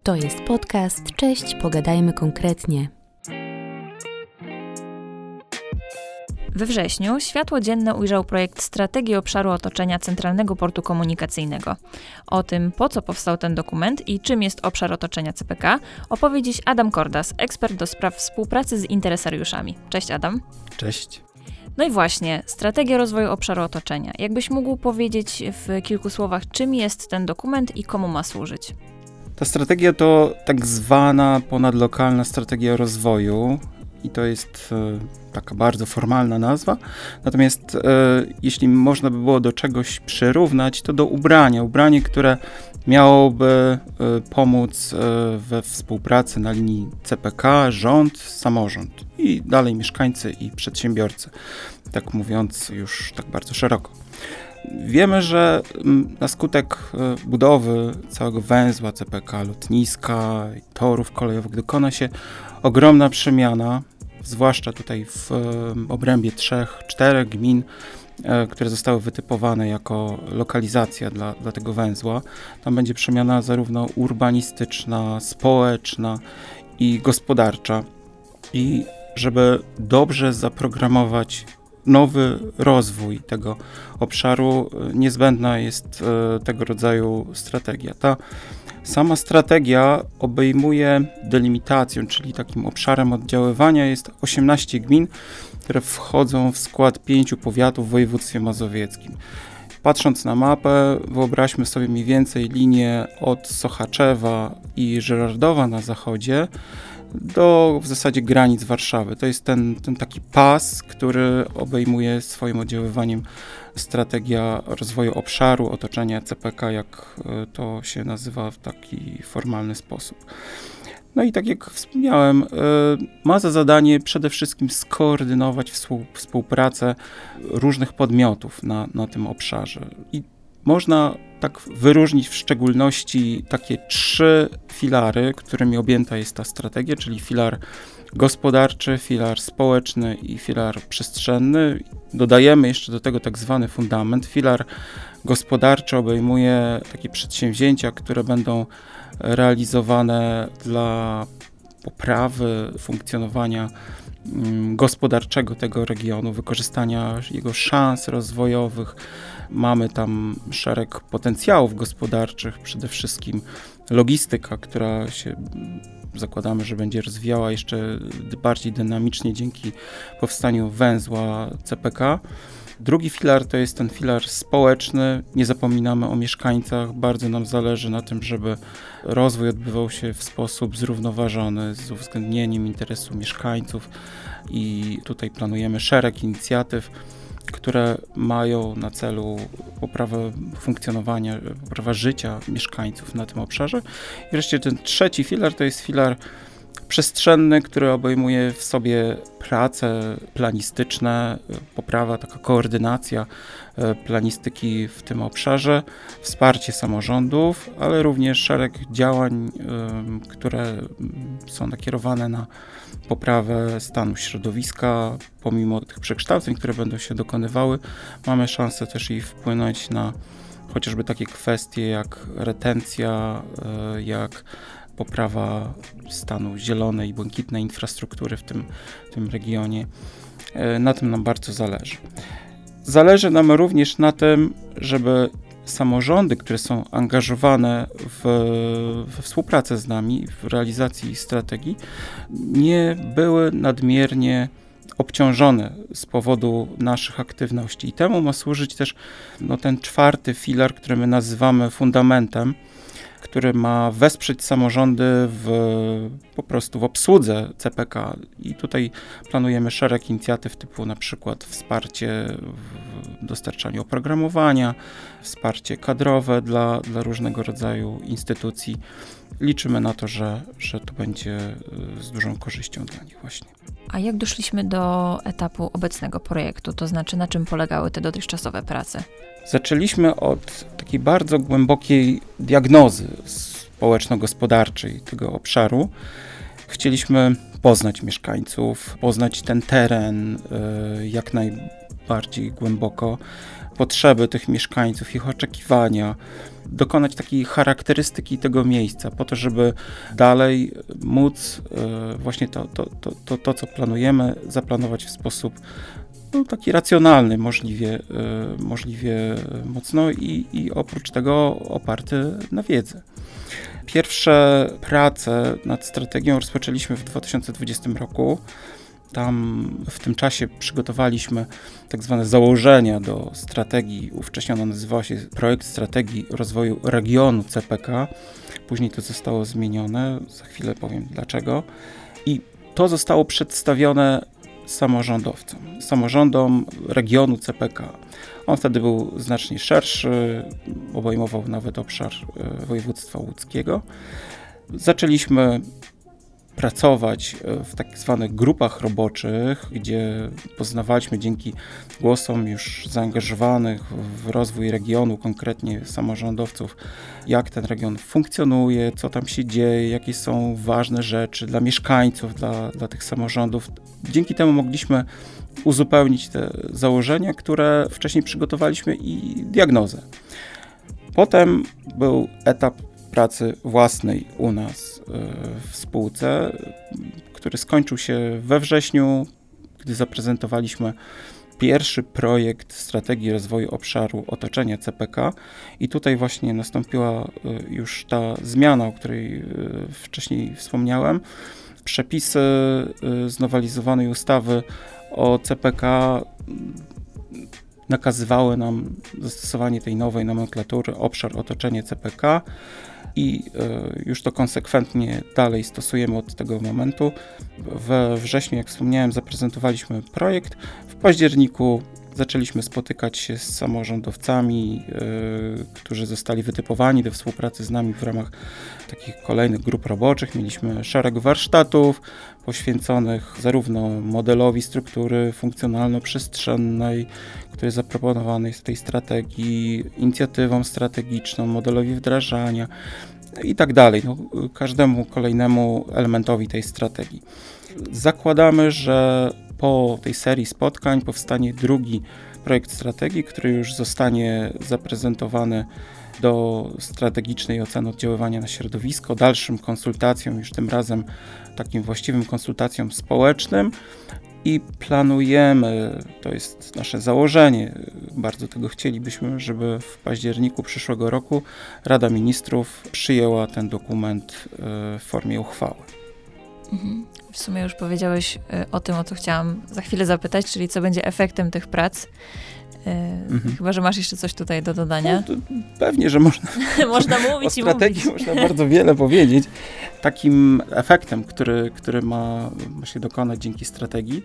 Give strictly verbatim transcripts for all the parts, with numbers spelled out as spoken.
To jest podcast Cześć, pogadajmy konkretnie. We wrześniu światło dzienne ujrzał projekt Strategii Obszaru Otoczenia Centralnego Portu Komunikacyjnego. O tym, po co powstał ten dokument i czym jest obszar otoczenia C P K, opowie dziś Adam Kordas, ekspert do spraw współpracy z interesariuszami. Cześć Adam. Cześć. No i właśnie, Strategia Rozwoju Obszaru Otoczenia. Jakbyś mógł powiedzieć w kilku słowach, czym jest ten dokument i komu ma służyć? Ta strategia to tak zwana ponadlokalna strategia rozwoju i to jest e, taka bardzo formalna nazwa. Natomiast e, jeśli można by było do czegoś przyrównać, to do ubrania. Ubranie, które miałoby e, pomóc e, we współpracy na linii C P K, rząd, samorząd i dalej mieszkańcy i przedsiębiorcy. Tak mówiąc już tak bardzo szeroko. Wiemy, że na skutek budowy całego węzła C P K, lotniska, torów kolejowych dokona się ogromna przemiana, zwłaszcza tutaj w obrębie trzech, czterech gmin, które zostały wytypowane jako lokalizacja dla, dla tego węzła. Tam będzie przemiana zarówno urbanistyczna, społeczna i gospodarcza. I żeby dobrze zaprogramować nowy rozwój tego obszaru, niezbędna jest e, tego rodzaju strategia. Ta sama strategia obejmuje delimitacją, czyli takim obszarem oddziaływania jest osiemnaście gmin, które wchodzą w skład pięciu powiatów w województwie mazowieckim. Patrząc na mapę, wyobraźmy sobie mniej więcej linię od Sochaczewa i Żyrardowa na zachodzie do w zasadzie granic Warszawy. To jest ten, ten taki pas, który obejmuje swoim oddziaływaniem strategia rozwoju obszaru otoczenia C P K, jak to się nazywa w taki formalny sposób. No i tak jak wspomniałem, ma za zadanie przede wszystkim skoordynować współpracę różnych podmiotów na, na tym obszarze. I można tak wyróżnić w szczególności takie trzy filary, którymi objęta jest ta strategia, czyli filar gospodarczy, filar społeczny i filar przestrzenny. Dodajemy jeszcze do tego tak zwany fundament. Filar gospodarczy obejmuje takie przedsięwzięcia, które będą realizowane dla poprawy funkcjonowania gospodarczego tego regionu, wykorzystania jego szans rozwojowych. Mamy tam szereg potencjałów gospodarczych, przede wszystkim logistyka, która się zakładamy, że będzie rozwijała jeszcze bardziej dynamicznie dzięki powstaniu węzła C P K. Drugi filar to jest ten filar społeczny. Nie zapominamy o mieszkańcach. Bardzo nam zależy na tym, żeby rozwój odbywał się w sposób zrównoważony, z uwzględnieniem interesu mieszkańców i tutaj planujemy szereg inicjatyw, które mają na celu poprawę funkcjonowania, poprawę życia mieszkańców na tym obszarze. I wreszcie ten trzeci filar to jest filar przestrzenny, który obejmuje w sobie prace planistyczne, poprawa, taka koordynacja planistyki w tym obszarze, wsparcie samorządów, ale również szereg działań, które są nakierowane na poprawę stanu środowiska. Pomimo tych przekształceń, które będą się dokonywały, mamy szansę też i wpłynąć na chociażby takie kwestie jak retencja, jak poprawa stanu zielonej i błękitnej infrastruktury w tym, w tym regionie. Na tym nam bardzo zależy. Zależy nam również na tym, żeby samorządy, które są angażowane w, we współpracę z nami, w realizacji strategii, nie były nadmiernie obciążone z powodu naszych aktywności. I temu ma służyć też no, ten czwarty filar, który my nazywamy fundamentem, który ma wesprzeć samorządy w, po prostu w obsłudze C P K. I tutaj planujemy szereg inicjatyw typu na przykład wsparcie w dostarczaniu oprogramowania, wsparcie kadrowe dla, dla różnego rodzaju instytucji. Liczymy na to, że, że to będzie z dużą korzyścią dla nich właśnie. A jak doszliśmy do etapu obecnego projektu? To znaczy, na czym polegały te dotychczasowe prace? Zaczęliśmy od takiej bardzo głębokiej diagnozy społeczno-gospodarczej tego obszaru. Chcieliśmy poznać mieszkańców, poznać ten teren jak najbardziej głęboko, potrzeby tych mieszkańców, ich oczekiwania, dokonać takiej charakterystyki tego miejsca, po to, żeby dalej móc właśnie to, to, to, to, to co planujemy, zaplanować w sposób no, taki racjonalny, możliwie, możliwie mocno i, i oprócz tego oparty na wiedzy. Pierwsze prace nad strategią rozpoczęliśmy w dwa tysiące dwudziestym roku. Tam w tym czasie przygotowaliśmy tak zwane założenia do strategii. Ówcześnie ona nazywała się Projekt Strategii Rozwoju Regionu C P K. Później to zostało zmienione, za chwilę powiem dlaczego. I to zostało przedstawione samorządowcom, samorządom regionu C P K. On wtedy był znacznie szerszy, obejmował nawet obszar województwa łódzkiego. Zaczęliśmy pracować w tak zwanych grupach roboczych, gdzie poznawaliśmy dzięki głosom już zaangażowanych w rozwój regionu, konkretnie samorządowców, jak ten region funkcjonuje, co tam się dzieje, jakie są ważne rzeczy dla mieszkańców, dla, dla tych samorządów. Dzięki temu mogliśmy uzupełnić te założenia, które wcześniej przygotowaliśmy i diagnozę. Potem był etap pracy własnej u nas w spółce, który skończył się we wrześniu, gdy zaprezentowaliśmy pierwszy projekt strategii rozwoju obszaru otoczenia C P K i tutaj właśnie nastąpiła już ta zmiana, o której wcześniej wspomniałem. Przepisy znowelizowanej ustawy o C P K nakazywały nam zastosowanie tej nowej nomenklatury obszar otoczenie C P K i już to konsekwentnie dalej stosujemy od tego momentu. We wrześniu, jak wspomniałem, zaprezentowaliśmy projekt. W październiku zaczęliśmy spotykać się z samorządowcami, yy, którzy zostali wytypowani do współpracy z nami w ramach takich kolejnych grup roboczych. Mieliśmy szereg warsztatów poświęconych zarówno modelowi struktury funkcjonalno-przestrzennej, który zaproponowany jest w tej strategii, inicjatywom strategiczną, modelowi wdrażania i tak dalej, no, każdemu kolejnemu elementowi tej strategii. Zakładamy, że po tej serii spotkań powstanie drugi projekt strategii, który już zostanie zaprezentowany do strategicznej oceny oddziaływania na środowisko, dalszym konsultacjom, już tym razem takim właściwym konsultacjom społecznym i planujemy, to jest nasze założenie, bardzo tego chcielibyśmy, żeby w październiku przyszłego roku Rada Ministrów przyjęła ten dokument w formie uchwały. Mhm. W sumie już powiedziałeś o tym, o co chciałam za chwilę zapytać, czyli co będzie efektem tych prac. Mhm. Chyba że masz jeszcze coś tutaj do dodania. No, pewnie, że można. Można mówić o strategii i mówić. Można bardzo wiele powiedzieć. Takim efektem, który, który ma, ma się dokonać dzięki strategii,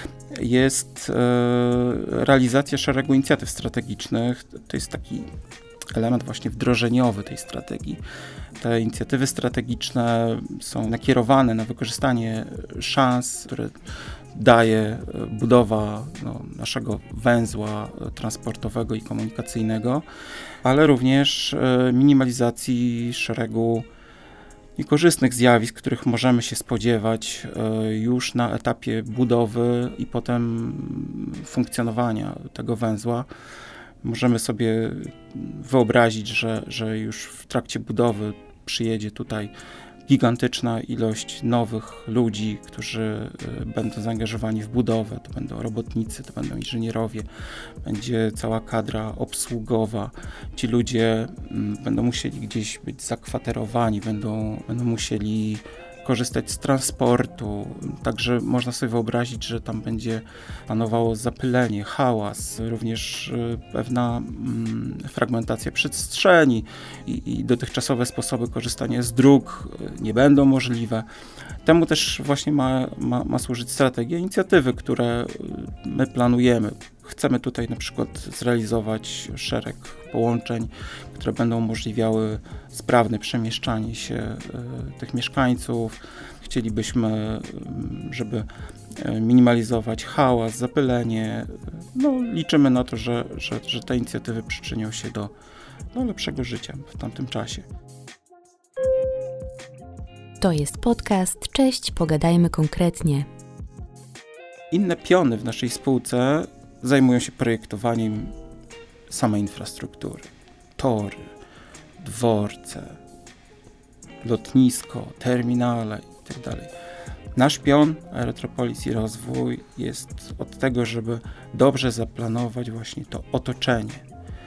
jest e, realizacja szeregu inicjatyw strategicznych. To jest taki element właśnie wdrożeniowy tej strategii. Te inicjatywy strategiczne są nakierowane na wykorzystanie szans, które daje budowa no, naszego węzła transportowego i komunikacyjnego, ale również e, minimalizacji szeregu niekorzystnych zjawisk, których możemy się spodziewać e, już na etapie budowy i potem funkcjonowania tego węzła. Możemy sobie wyobrazić, że, że już w trakcie budowy przyjedzie tutaj gigantyczna ilość nowych ludzi, którzy będą zaangażowani w budowę. To będą robotnicy, to będą inżynierowie, będzie cała kadra obsługowa. Ci ludzie będą musieli gdzieś być zakwaterowani, będą, będą musieli korzystać z transportu, także można sobie wyobrazić, że tam będzie panowało zapylenie, hałas, również pewna mm, fragmentacja przestrzeni i, i dotychczasowe sposoby korzystania z dróg nie będą możliwe. Temu też właśnie ma, ma, ma służyć strategia, inicjatywy, które my planujemy. Chcemy tutaj na przykład zrealizować szereg połączeń, które będą umożliwiały sprawne przemieszczanie się y, tych mieszkańców. Chcielibyśmy, y, żeby minimalizować hałas, zapylenie. No, liczymy na to, że, że, że te inicjatywy przyczynią się do, do lepszego życia w tamtym czasie. To jest podcast Cześć, pogadajmy konkretnie. Inne piony w naszej spółce zajmują się projektowaniem samej infrastruktury. Tory, dworce, lotnisko, terminale itd. Nasz pion, Aerotropolis i rozwój, jest od tego, żeby dobrze zaplanować właśnie to otoczenie,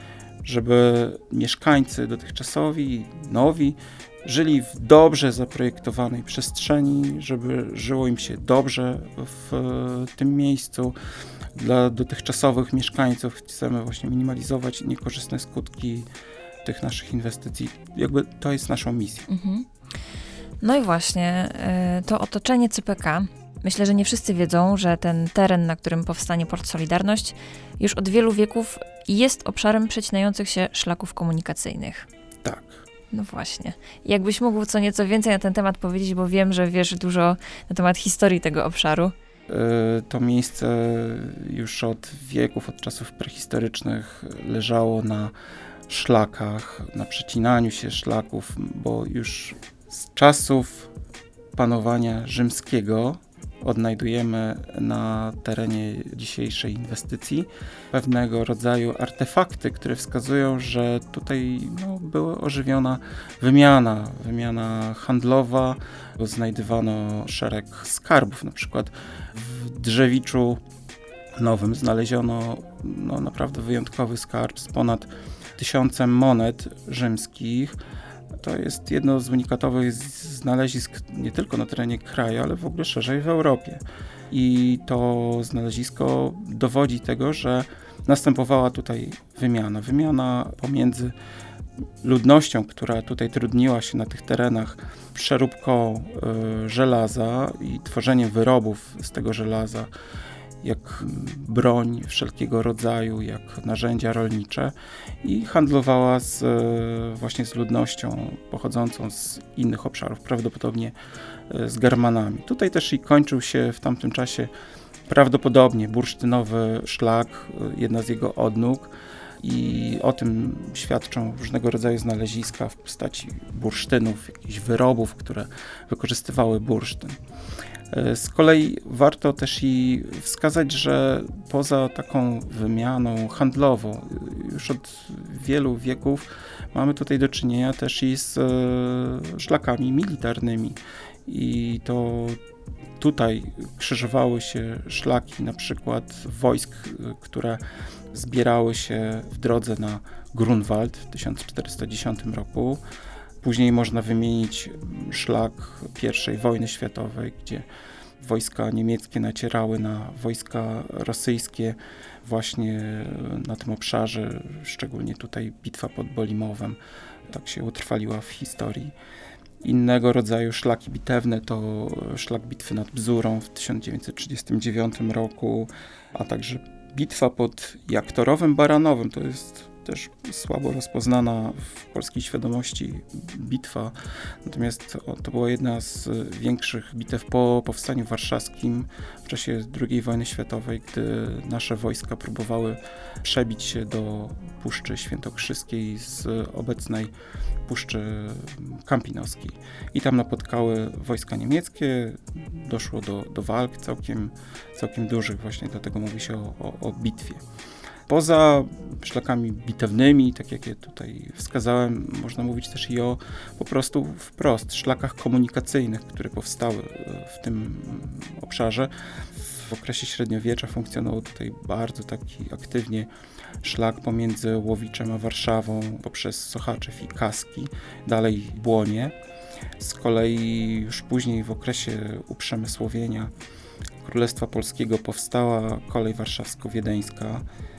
żeby mieszkańcy dotychczasowi, nowi, żyli w dobrze zaprojektowanej przestrzeni, żeby żyło im się dobrze w tym miejscu. Dla dotychczasowych mieszkańców chcemy właśnie minimalizować niekorzystne skutki tych naszych inwestycji. Jakby to jest naszą misją. Mhm. No i właśnie, to otoczenie C P K. Myślę, że nie wszyscy wiedzą, że ten teren, na którym powstanie Port Solidarność, już od wielu wieków jest obszarem przecinających się szlaków komunikacyjnych. Tak. No właśnie. Jakbyś mógł co nieco więcej na ten temat powiedzieć, bo wiem, że wiesz dużo na temat historii tego obszaru. To miejsce już od wieków, od czasów prehistorycznych leżało na szlakach, na przecinaniu się szlaków, bo już z czasów panowania rzymskiego odnajdujemy na terenie dzisiejszej inwestycji pewnego rodzaju artefakty, które wskazują, że tutaj no, była ożywiona wymiana, wymiana handlowa. Znajdywano szereg skarbów, na przykład w Drzewiczu Nowym znaleziono no, naprawdę wyjątkowy skarb z ponad tysiącem monet rzymskich. To jest jedno z unikatowych znalezisk nie tylko na terenie kraju, ale w ogóle szerzej w Europie. I to znalezisko dowodzi tego, że następowała tutaj wymiana. Wymiana pomiędzy ludnością, która tutaj trudniła się na tych terenach przeróbką y, żelaza i tworzeniem wyrobów z tego żelaza, jak broń wszelkiego rodzaju, jak narzędzia rolnicze i handlowała z, właśnie z ludnością pochodzącą z innych obszarów, prawdopodobnie z Germanami. Tutaj też i kończył się w tamtym czasie prawdopodobnie bursztynowy szlak, jedna z jego odnóg, i o tym świadczą różnego rodzaju znaleziska w postaci bursztynów, jakichś wyrobów, które wykorzystywały bursztyn. Z kolei warto też i wskazać, że poza taką wymianą handlową już od wielu wieków mamy tutaj do czynienia też i z szlakami militarnymi. I to tutaj krzyżowały się szlaki na przykład wojsk, które zbierały się w drodze na Grunwald w tysiąc czterysta dziesiątym roku. Później można wymienić szlak pierwszej wojny światowej, gdzie wojska niemieckie nacierały na wojska rosyjskie właśnie na tym obszarze, szczególnie tutaj bitwa pod Bolimowem, tak się utrwaliła w historii. Innego rodzaju szlaki bitewne to szlak bitwy nad Bzurą w tysiąc dziewięćset trzydziestym dziewiątym roku, a także bitwa pod Jaktorowem Baranowym. To jest też słabo rozpoznana w polskiej świadomości bitwa, natomiast to była jedna z większych bitew po powstaniu warszawskim w czasie drugiej wojny światowej, gdy nasze wojska próbowały przebić się do Puszczy Świętokrzyskiej z obecnej Puszczy Kampinoskiej. I tam napotkały wojska niemieckie, doszło do, do walk całkiem, całkiem dużych, właśnie dlatego mówi się o, o, o bitwie. Poza szlakami bitewnymi, tak jak je tutaj wskazałem, można mówić też i o po prostu wprost szlakach komunikacyjnych, które powstały w tym obszarze. W okresie średniowiecza funkcjonował tutaj bardzo taki aktywnie szlak pomiędzy Łowiczem a Warszawą poprzez Sochaczew i Kaski, dalej Błonie. Z kolei już później w okresie uprzemysłowienia Królestwa Polskiego powstała kolej warszawsko-wiedeńska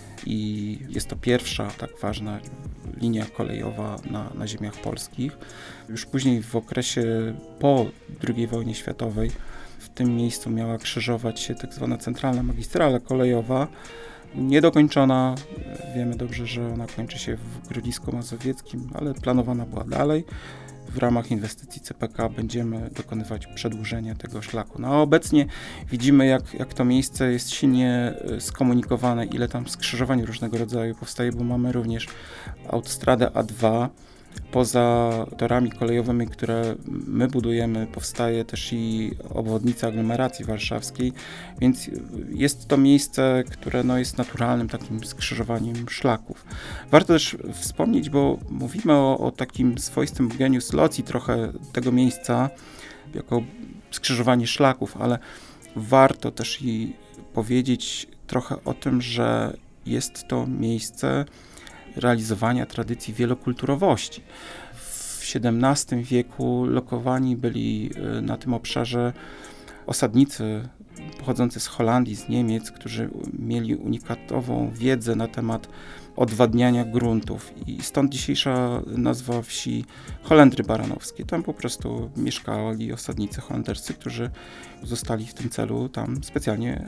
i jest to pierwsza tak ważna linia kolejowa na, na ziemiach polskich. Już później w okresie po drugiej wojnie światowej w tym miejscu miała krzyżować się tak zwana centralna magistrala kolejowa, niedokończona. Wiemy dobrze, że ona kończy się w Grodzisku Mazowieckim, ale planowana była dalej. W ramach inwestycji C P K będziemy dokonywać przedłużenia tego szlaku. No a obecnie widzimy, jak, jak to miejsce jest silnie skomunikowane, ile tam skrzyżowań różnego rodzaju powstaje, bo mamy również autostradę A dwa, Poza torami kolejowymi, które my budujemy, powstaje też i obwodnica aglomeracji warszawskiej, więc jest to miejsce, które no, jest naturalnym takim skrzyżowaniem szlaków. Warto też wspomnieć, bo mówimy o, o takim swoistym genius loci trochę tego miejsca, jako skrzyżowanie szlaków, ale warto też i powiedzieć trochę o tym, że jest to miejsce realizowania tradycji wielokulturowości. W siedemnastym wieku lokowani byli na tym obszarze osadnicy pochodzący z Holandii, z Niemiec, którzy mieli unikatową wiedzę na temat odwadniania gruntów i stąd dzisiejsza nazwa wsi Holendry Baranowskie. Tam po prostu mieszkali osadnicy holenderscy, którzy zostali w tym celu tam specjalnie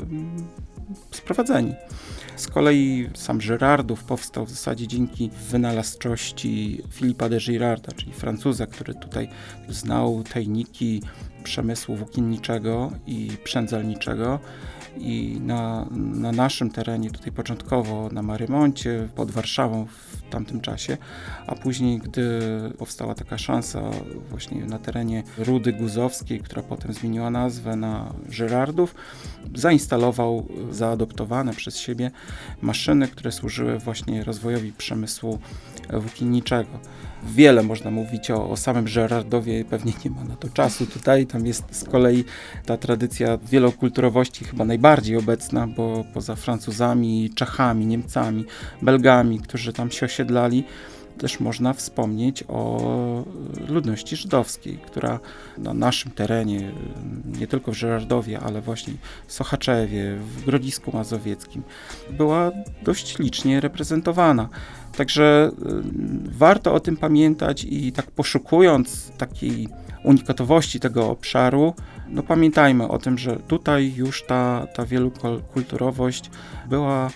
yy, sprowadzeni. Z kolei sam Girardów powstał w zasadzie dzięki wynalazczości Filipa de Girarda, czyli Francuza, który tutaj znał tajniki przemysłu włókienniczego i przędzalniczego. I na, na naszym terenie, tutaj początkowo na Marymoncie, pod Warszawą w tamtym czasie, a później, gdy powstała taka szansa właśnie na terenie Rudy Guzowskiej, która potem zmieniła nazwę na Girardów, zainstalował zaadoptowane przez siebie maszyny, które służyły właśnie rozwojowi przemysłu włókienniczego. Wiele można mówić o, o samym Girardowie, pewnie nie ma na to czasu tutaj. Tam jest z kolei ta tradycja wielokulturowości chyba najbardziej obecna, bo poza Francuzami, Czechami, Niemcami, Belgami, którzy tam się osiedlali, też można wspomnieć o ludności żydowskiej, która na naszym terenie, nie tylko w Girardowie, ale właśnie w Sochaczewie, w Grodzisku Mazowieckim, była dość licznie reprezentowana. Także y, warto o tym pamiętać i tak poszukując takiej unikatowości tego obszaru, no pamiętajmy o tym, że tutaj już ta, ta wielokulturowość była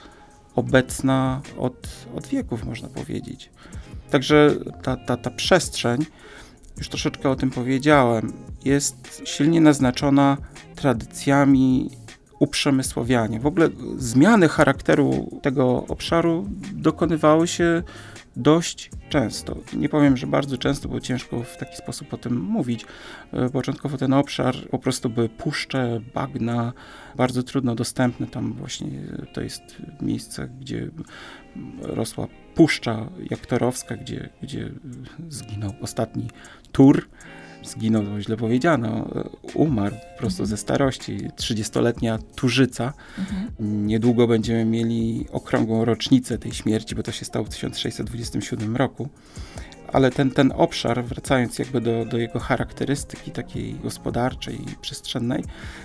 obecna od, od wieków, można powiedzieć. Także ta, ta, ta przestrzeń, już troszeczkę o tym powiedziałem, jest silnie naznaczona tradycjami uprzemysławiania. W ogóle zmiany charakteru tego obszaru dokonywały się dość często. Nie powiem, że bardzo często, bo ciężko w taki sposób o tym mówić. Początkowo ten obszar po prostu były puszcze, bagna, bardzo trudno dostępne. Tam właśnie to jest miejsce, gdzie rosła puszcza jaktorowska, gdzie, gdzie zginął ostatni Tur. Zginął, to źle powiedziano, umarł po prostu ze starości, trzydziestoletnia Turzyca. Mhm. Niedługo będziemy mieli okrągłą rocznicę tej śmierci, bo to się stało w tysiąc sześćset dwudziestym siódmym roku. Ale ten, ten obszar, wracając jakby do, do jego charakterystyki takiej gospodarczej i przestrzennej,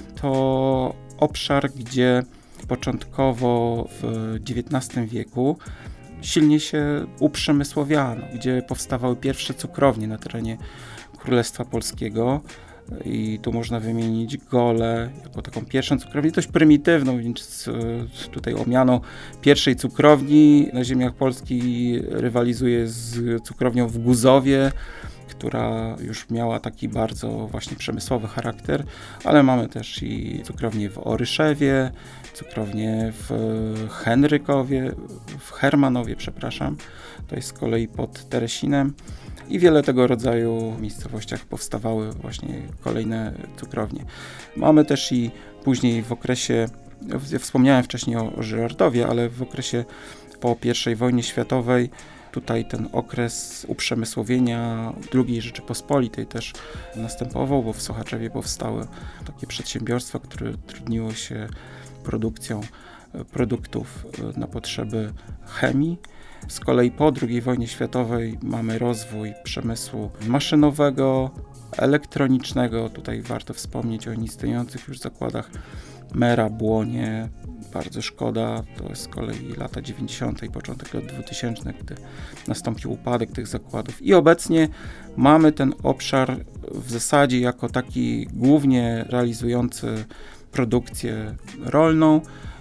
to obszar, gdzie początkowo w dziewiętnastym wieku silnie się uprzemysłowiano, gdzie powstawały pierwsze cukrownie na terenie Królestwa Polskiego i tu można wymienić Gole jako taką pierwszą cukrownię, dość prymitywną, więc tutaj o miano pierwszej cukrowni na ziemiach Polski rywalizuje z cukrownią w Guzowie, która już miała taki bardzo właśnie przemysłowy charakter, ale mamy też i cukrownię w Oryszewie, cukrownię w Henrykowie, w Hermanowie, przepraszam, to jest z kolei pod Teresinem. I wiele tego rodzaju miejscowościach powstawały właśnie kolejne cukrownie. Mamy też i później w okresie, ja wspomniałem wcześniej o, o Girardowie, ale w okresie po pierwszej wojnie światowej tutaj ten okres uprzemysłowienia drugiej Rzeczypospolitej też następował, bo w Sochaczewie powstały takie przedsiębiorstwa, które trudniło się produkcją produktów na potrzeby chemii. Z kolei po drugiej wojnie światowej mamy rozwój przemysłu maszynowego, elektronicznego. Tutaj warto wspomnieć o istniejących już zakładach Mera, Błonie. Bardzo szkoda, to jest z kolei lata dziewięćdziesiąte i początek lat dwutysięcznych, gdy nastąpił upadek tych zakładów. I obecnie mamy ten obszar w zasadzie jako taki głównie realizujący produkcję rolną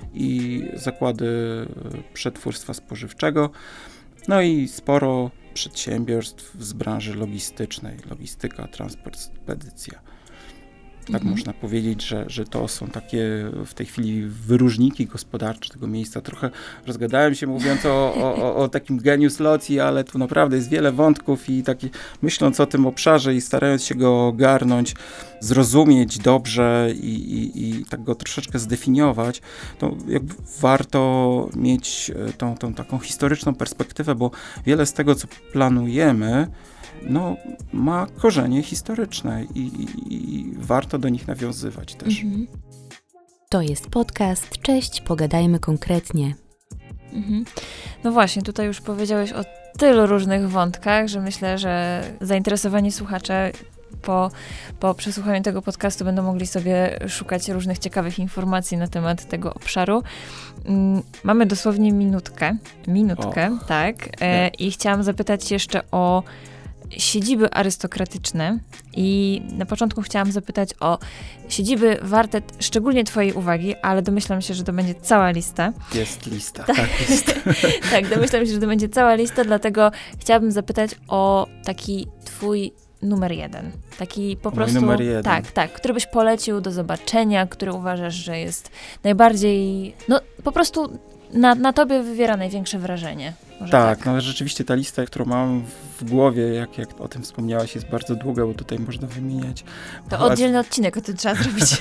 i zakłady przetwórstwa spożywczego, no i sporo przedsiębiorstw z branży logistycznej, logistyka, transport, spedycja. Tak Mhm. można powiedzieć, że, że to są takie w tej chwili wyróżniki gospodarcze tego miejsca. Trochę rozgadałem się mówiąc o, o, o takim genius loci, ale tu naprawdę jest wiele wątków i taki, myśląc o tym obszarze i starając się go ogarnąć, zrozumieć dobrze i, i, i tak go troszeczkę zdefiniować, to jakby warto mieć tą, tą taką historyczną perspektywę, bo wiele z tego, co planujemy, no, ma korzenie historyczne i, i, i warto do nich nawiązywać też. Mhm. To jest podcast Cześć, pogadajmy konkretnie. Mhm. No właśnie, tutaj już powiedziałeś o tylu różnych wątkach, że myślę, że zainteresowani słuchacze po, po przesłuchaniu tego podcastu będą mogli sobie szukać różnych ciekawych informacji na temat tego obszaru. Mm, Mamy dosłownie minutkę, minutkę, Och. tak, e, i chciałam zapytać jeszcze o siedziby arystokratyczne i na początku chciałam zapytać o siedziby warte szczególnie twojej uwagi, ale domyślam się, że to będzie cała lista. Jest lista, tak, tak jest. Tak, domyślam się, że to będzie cała lista, dlatego chciałabym zapytać o taki twój numer jeden. Taki po Mój prostu... numer jeden. Tak, tak, który byś polecił do zobaczenia, który uważasz, że jest najbardziej... No, po prostu na, na tobie wywiera największe wrażenie. Może Tak, tak. no ale rzeczywiście ta lista, którą mam w głowie, jak, jak o tym wspomniałaś, jest bardzo długa, bo tutaj można wymieniać. To Pałac, oddzielny odcinek o tym trzeba zrobić.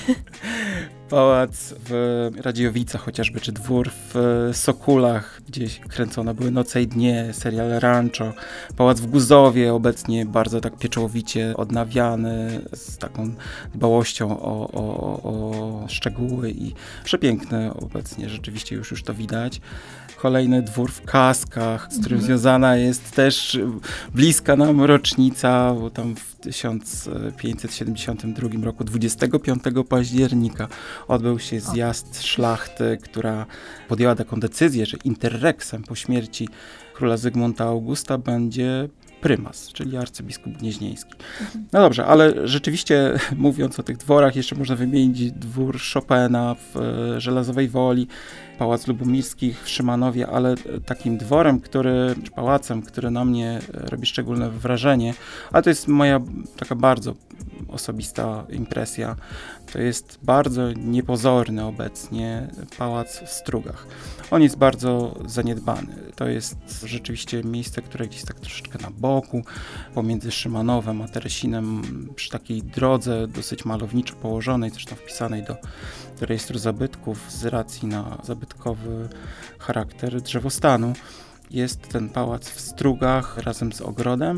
pałac w Radziowicach chociażby, czy dwór w Sokulach, gdzie kręcone były Noce i Dnie, serial Rancho. Pałac w Guzowie, obecnie bardzo tak pieczołowicie odnawiany, z taką dbałością o, o, o szczegóły i przepiękny obecnie, rzeczywiście już, już to widać. Kolejny dwór w Kaskach, z którym Mhm. związana jest też bliska nam rocznica, bo tam w tysiąc pięćset siedemdziesiątym drugim roku, dwudziestego piątego października, odbył się zjazd szlachty, która podjęła taką decyzję, że interreksem po śmierci króla Zygmunta Augusta będzie prymas, czyli arcybiskup gnieźnieński. Mhm. No dobrze, ale rzeczywiście mówiąc o tych dworach, jeszcze można wymienić dwór Chopina w e, Żelazowej Woli, Pałac Lubomirskich w Szymanowie, ale takim dworem, który, czy pałacem, który na mnie robi szczególne wrażenie, ale to jest moja taka bardzo osobista impresja, to jest bardzo niepozorny obecnie pałac w Strugach. On jest bardzo zaniedbany. To jest rzeczywiście miejsce, które gdzieś tak troszeczkę na boku, pomiędzy Szymanowem a Teresinem, przy takiej drodze dosyć malowniczo położonej, zresztą wpisanej do rejestru zabytków z racji na zabytkowy charakter drzewostanu. Jest ten pałac w Strugach razem z ogrodem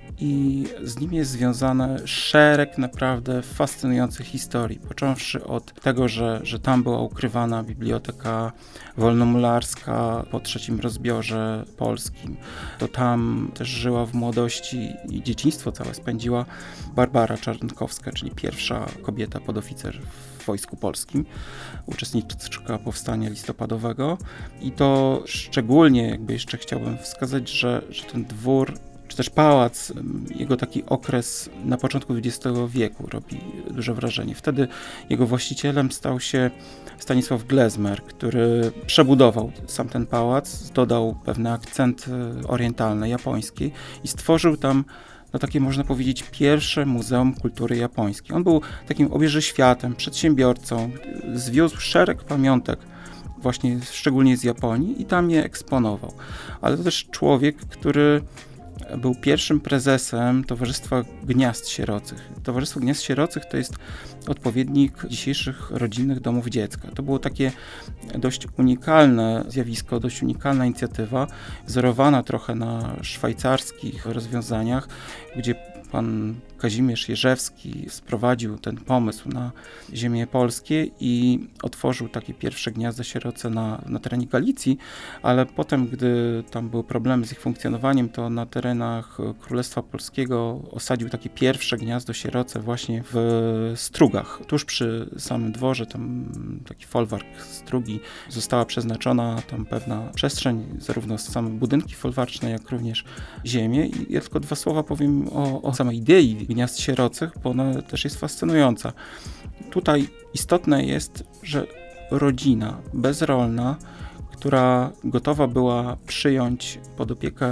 i z nim jest związany szereg naprawdę fascynujących historii, począwszy od tego, że, że tam była ukrywana biblioteka wolnomularska po trzecim rozbiorze polskim. To tam też żyła w młodości i dzieciństwo całe spędziła Barbara Czarnkowska, czyli pierwsza kobieta podoficer w Wojsku Polskim, uczestniczka powstania listopadowego. I to szczególnie jakby jeszcze chciałbym wskazać, że, że ten dwór, czy też pałac, jego taki okres na początku dwudziestego wieku robi duże wrażenie. Wtedy jego właścicielem stał się Stanisław Glezmer, który przebudował sam ten pałac, dodał pewne akcenty orientalne, japońskie i stworzył tam no takie można powiedzieć pierwsze Muzeum Kultury Japońskiej. On był takim obieżyświatem, przedsiębiorcą, zwiózł szereg pamiątek właśnie szczególnie z Japonii i tam je eksponował. Ale to też człowiek, który był pierwszym prezesem Towarzystwa Gniazd Sierocych. Towarzystwo Gniazd Sierocych to jest odpowiednik dzisiejszych rodzinnych domów dziecka. To było takie dość unikalne zjawisko, dość unikalna inicjatywa, wzorowana trochę na szwajcarskich rozwiązaniach, gdzie pan Kazimierz Jerzewski sprowadził ten pomysł na ziemie polskie i otworzył takie pierwsze gniazda sieroce na, na terenie Galicji, ale potem, gdy tam były problemy z ich funkcjonowaniem, to na terenach Królestwa Polskiego osadził takie pierwsze gniazdo sieroce właśnie w Strugach, tuż przy samym dworze, tam taki folwark Strugi, została przeznaczona tam pewna przestrzeń, zarówno same budynki folwarczne, jak również ziemię. I ja tylko dwa słowa powiem o, o samej idei gniazd sierocych, bo ona też jest fascynująca. Tutaj istotne jest, że rodzina bezrolna, która gotowa była przyjąć pod opiekę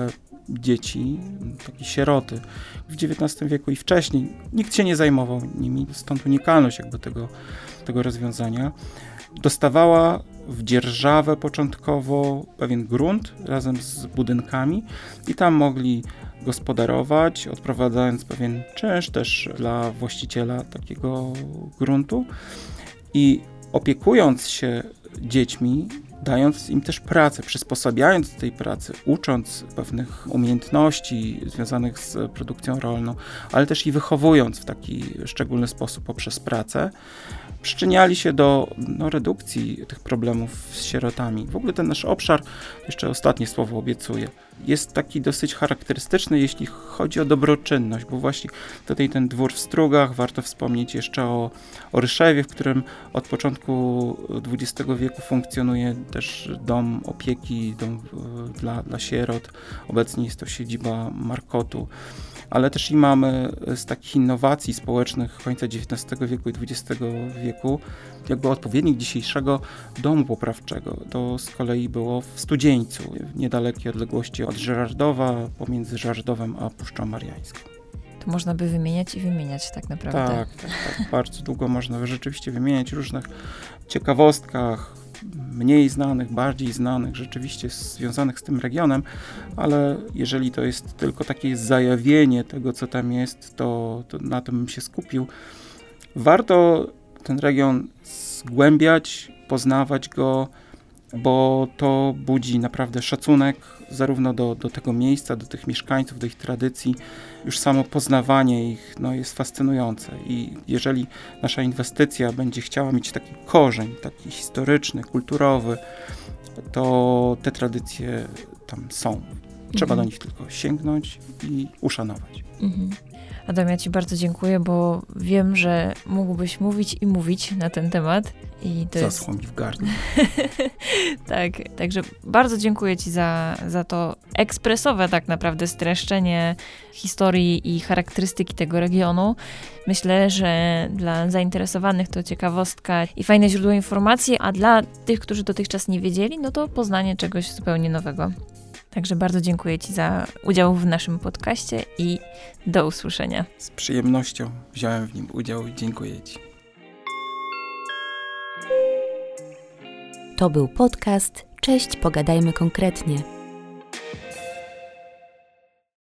dzieci, takie sieroty w dziewiętnastym wieku i wcześniej. Nikt się nie zajmował nimi, stąd unikalność jakby tego, tego rozwiązania. Dostawała w dzierżawę początkowo pewien grunt razem z budynkami i tam mogli gospodarować, odprowadzając pewien czynsz też dla właściciela takiego gruntu i opiekując się dziećmi, dając im też pracę, przysposabiając do tej pracy, ucząc pewnych umiejętności związanych z produkcją rolną, ale też i wychowując w taki szczególny sposób poprzez pracę, przyczyniali się do no, redukcji tych problemów z sierotami. W ogóle ten nasz obszar, jeszcze ostatnie słowo obiecuję, jest taki dosyć charakterystyczny, jeśli chodzi o dobroczynność, bo właśnie tutaj ten dwór w Strugach, warto wspomnieć jeszcze o, o Ryszewie, w którym od początku dwudziestego wieku funkcjonuje też dom opieki, dom dla, dla sierot. Obecnie jest to siedziba Markotu. Ale też i mamy z takich innowacji społecznych końca dziewiętnastego wieku i dwudziestego wieku jakby odpowiednik dzisiejszego domu poprawczego. To z kolei było w Studzieńcu, w niedalekiej odległości od Żyrardowa, pomiędzy Żyrardowem a Puszczą Mariańską. To można by wymieniać i wymieniać tak naprawdę. Tak, tak, tak. Bardzo długo można rzeczywiście wymieniać w różnych ciekawostkach, mniej znanych, bardziej znanych, rzeczywiście związanych z tym regionem, ale jeżeli to jest tylko takie zajawienie tego, co tam jest, to, to na tym bym się skupił. Warto ten region zgłębiać, poznawać go, bo to budzi naprawdę szacunek zarówno do, do tego miejsca, do tych mieszkańców, do ich tradycji. Już samo poznawanie ich no, jest fascynujące i jeżeli nasza inwestycja będzie chciała mieć taki korzeń, taki historyczny, kulturowy, to te tradycje tam są. Trzeba mhm. do nich tylko sięgnąć i uszanować. Mhm. Adam, ja Ci bardzo dziękuję, bo wiem, że mógłbyś mówić i mówić na ten temat. I to Zaschło jest... mi w gardle. Tak, także bardzo dziękuję Ci za, za to ekspresowe tak naprawdę streszczenie historii i charakterystyki tego regionu. Myślę, że dla zainteresowanych to ciekawostka i fajne źródło informacji, a dla tych, którzy dotychczas nie wiedzieli, no to poznanie czegoś zupełnie nowego. Także bardzo dziękuję Ci za udział w naszym podcaście i do usłyszenia. Z przyjemnością wziąłem w nim udział i dziękuję Ci. To był podcast Cześć, pogadajmy konkretnie.